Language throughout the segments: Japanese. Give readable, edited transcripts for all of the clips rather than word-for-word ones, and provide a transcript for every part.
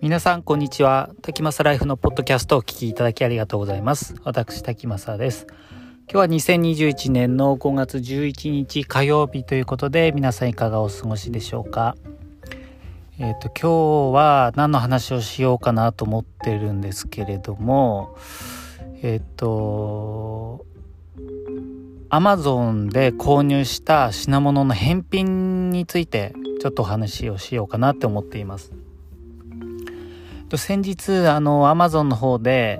皆さんこんにちは。滝正ライフのポッドキャストをお聞きいただきありがとうございます。私滝正です。今日は2021年の5月11日火曜日ということで、皆さんいかがお過ごしでしょうか。今日は何の話をしようかなと思ってるんですけれども、Amazon で購入した品物の返品についてちょっとお話をしようかなって思っています。先日Amazon の方で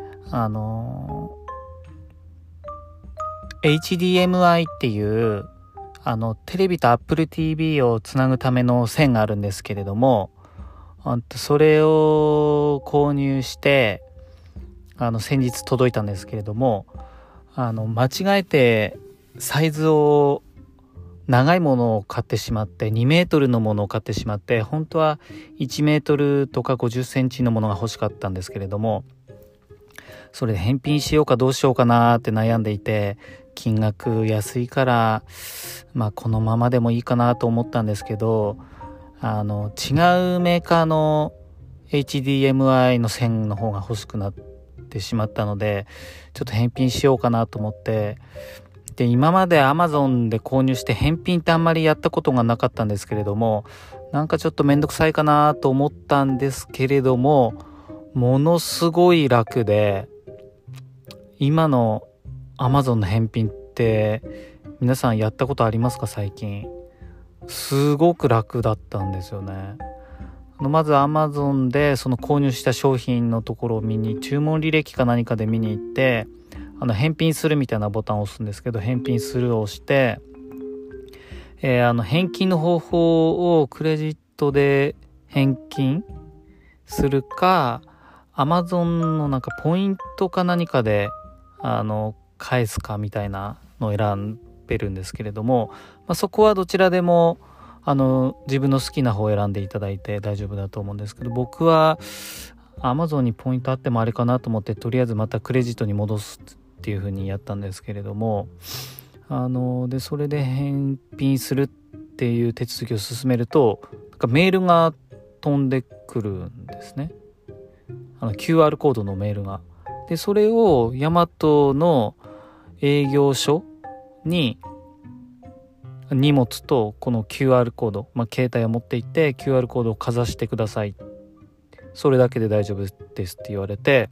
HDMI っていうテレビと Apple TV をつなぐための線があるんですけれども、それを購入して先日届いたんですけれども、間違えてサイズを長いものを買ってしまって2メートルのものを買ってしまって、本当は1メートルとか50センチのものが欲しかったんですけれども、それで返品しようかどうしようかなって悩んでいて、金額安いからこのままでもいいかなと思ったんですけど、違うメーカーの HDMI の線の方が欲しくなってしまったので、ちょっと返品しようかなと思って、で今まで Amazon で購入して返品ってあんまりやったことがなかったんですけれども、なんかちょっとめんどくさいかなと思ったんですけれども、ものすごい楽で、今の Amazon の返品って皆さんやったことありますか？最近すごく楽だったんですよね。まず Amazon でその購入した商品のところを注文履歴か何かで見に行って、返品するみたいなボタンを押すんですけど、返品するを押して、返金の方法をクレジットで返金するか Amazon のなんかポイントか何かで返すかみたいなのを選べるんですけれども、そこはどちらでも自分の好きな方を選んでいただいて大丈夫だと思うんですけど、僕は Amazon にポイントあってもあれかなと思って、とりあえずまたクレジットに戻すっていう風にやったんですけれども、でそれで返品するっていう手続きを進めると、なんかメールが飛んでくるんですね。QR コードのメールが。でそれをヤマトの営業所に荷物とこの QR コード、携帯を持って行って QR コードをかざしてください、それだけで大丈夫ですって言われて、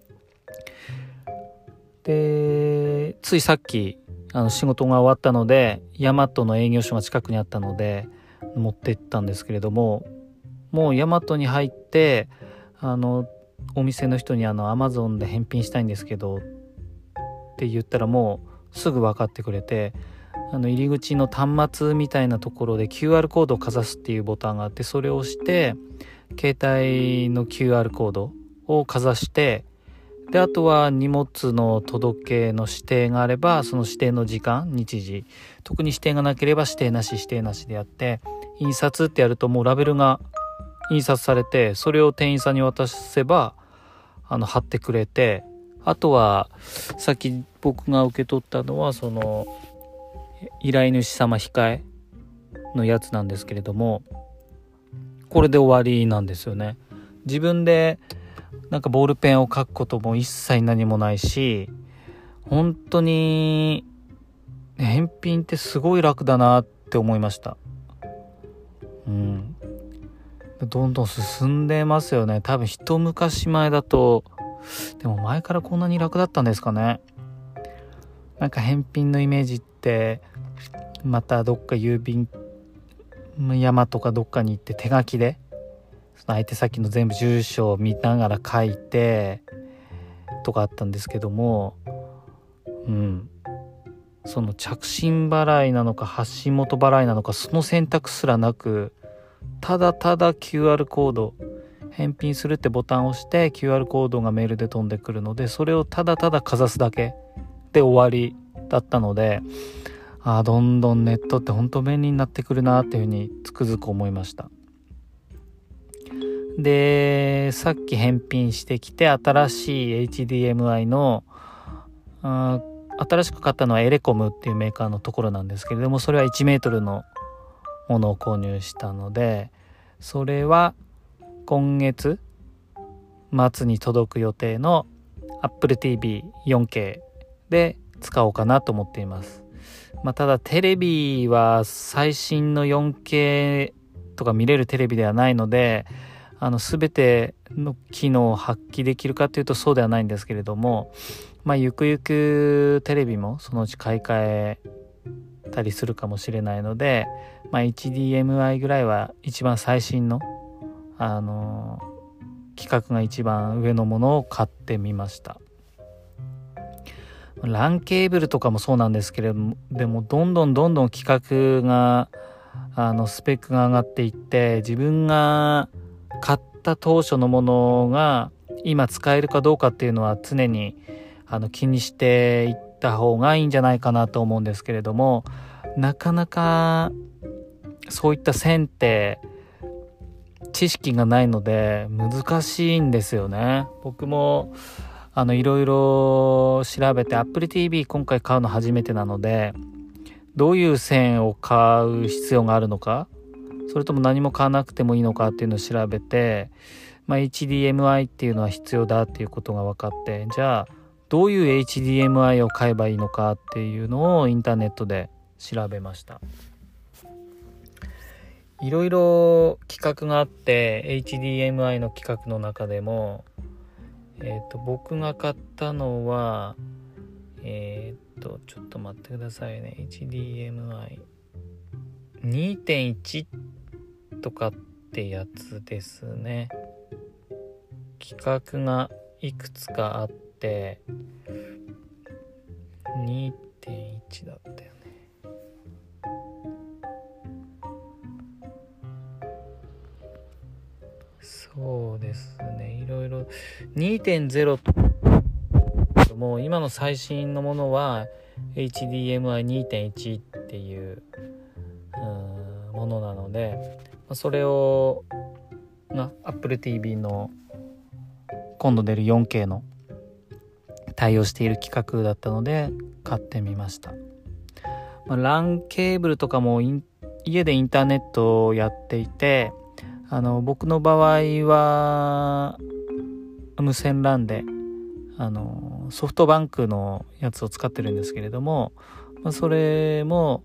でついさっき仕事が終わったので、ヤマトの営業所が近くにあったので持って行ったんですけれども、もうヤマトに入ってお店の人にAmazon で返品したいんですけどって言ったら、もうすぐ分かってくれて、入り口の端末みたいなところで QR コードをかざすっていうボタンがあって、それを押して携帯の QR コードをかざして、であとは荷物の届けの指定があればその指定の時間日時、特に指定がなければ指定なし指定なしでやって、印刷ってやるともうラベルが印刷されて、それを店員さんに渡せば貼ってくれて、あとはさっき僕が受け取ったのはその依頼主様控えのやつなんですけれども、これで終わりなんですよね。自分でなんかボールペンを書くことも一切何もないし、本当に返品ってすごい楽だなって思いました。どんどん進んでますよね。多分一昔前だと、でも前からこんなに楽だったんですかね。なんか返品のイメージって、またどっか郵便山とかどっかに行って手書きでその相手先の全部住所を見ながら書いてとかあったんですけども、その着信払いなのか発信元払いなのか、その選択すらなく、ただただ QR コード、返品するってボタンを押して QR コードがメールで飛んでくるので、それをただただかざすだけで終わりだったので、どんどんネットって本当便利になってくるなっていうふうにつくづく思いました。でさっき返品してきて、新しい HDMI の新しく買ったのはエレコムっていうメーカーのところなんですけれども、それは1メートルのものを購入したので、それは今月末に届く予定の Apple TV 4K で使おうかなと思っています。ただテレビは最新の 4K とか見れるテレビではないので、全ての機能を発揮できるかというとそうではないんですけれども、ゆくゆくテレビもそのうち買い替えたりするかもしれないので、HDMI ぐらいは一番最新の規格が一番上のものを買ってみました。LAN ケーブルとかもそうなんですけれども、でもどんどん規格がスペックが上がっていって、自分が買った当初のものが今使えるかどうかっていうのは常に気にしていった方がいいんじゃないかなと思うんですけれども、なかなかそういった線って知識がないので難しいんですよね。僕もいろいろ調べて Apple TV 今回買うの初めてなので、どういう線を買う必要があるのか、それとも何も買わなくてもいいのかっていうのを調べて、HDMI っていうのは必要だっていうことが分かって、じゃあどういう HDMI を買えばいいのかっていうのをインターネットで調べました。いろいろ規格があって、 HDMI の規格の中でも僕が買ったのはちょっと待ってくださいね。 HDMI2.1 とかってやつですね。規格がいくつかあって 2.1 だったよね。そうですね、いろいろ 2.0 ともう今の最新のものは HDMI2.1 っていうものなので、それをApple TV の今度出る 4K の対応している規格だったので買ってみました。LAN ケーブルとかも家でインターネットをやっていて、僕の場合は無線 LAN でソフトバンクのやつを使ってるんですけれども、それも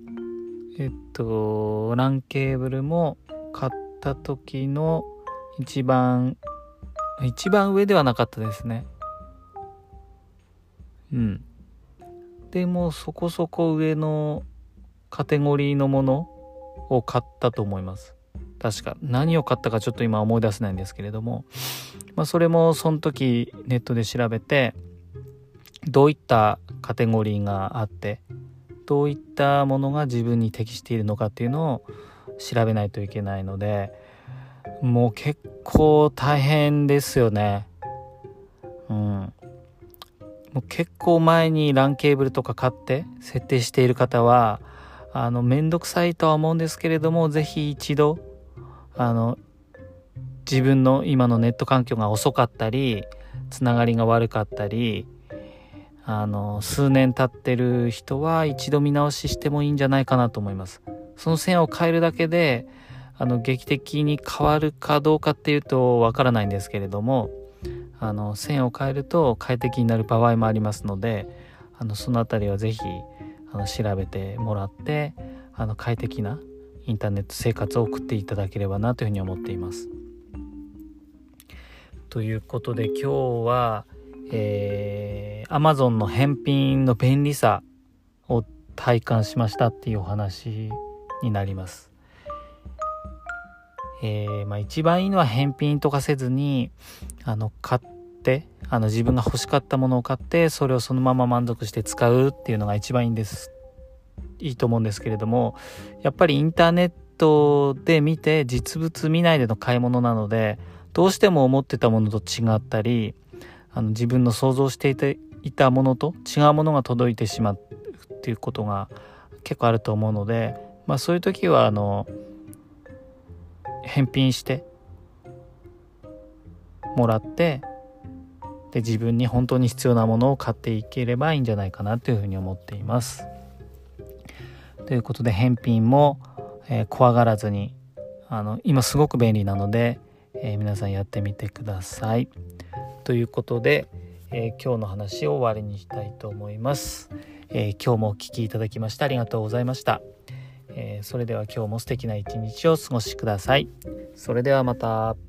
LAN ケーブルも買った時の一番上ではなかったですね。でもそこそこ上のカテゴリーのものを買ったと思います。確か何を買ったかちょっと今思い出せないんですけれども、それもその時ネットで調べて、どういったカテゴリーがあってどういったものが自分に適しているのかっていうのを調べないといけないので、もう結構大変ですよね。もう結構前に LAN ケーブルとか買って設定している方はめんどくさいとは思うんですけれども、ぜひ一度自分の今のネット環境が遅かったりつながりが悪かったり数年経ってる人は一度見直ししてもいいんじゃないかなと思います。その線を変えるだけで劇的に変わるかどうかっていうとわからないんですけれども、線を変えると快適になる場合もありますので、そのあたりはぜひ調べてもらって快適なインターネット生活を送っていただければなというふうに思っています。ということで今日はAmazon の返品の便利さを体感しましたっていうお話になります。一番いいのは返品とかせずに買って自分が欲しかったものを買ってそれをそのまま満足して使うっていうのが一番いいと思うんですけれども、やっぱりインターネットで見て実物見ないでの買い物なので、どうしても思ってたものと違ったり自分の想像していたものと違うものが届いてしまうっていうことが結構あると思うので、そういう時は返品してもらってで自分に本当に必要なものを買っていければいいんじゃないかなというふうに思っています。ということで返品も、怖がらずに今すごく便利なので、 皆さんやってみてください。ということで、今日の話を終わりにしたいと思います。今日もお聞きいただきましてありがとうございました。それでは今日も素敵な一日をお過ごしください。それではまた。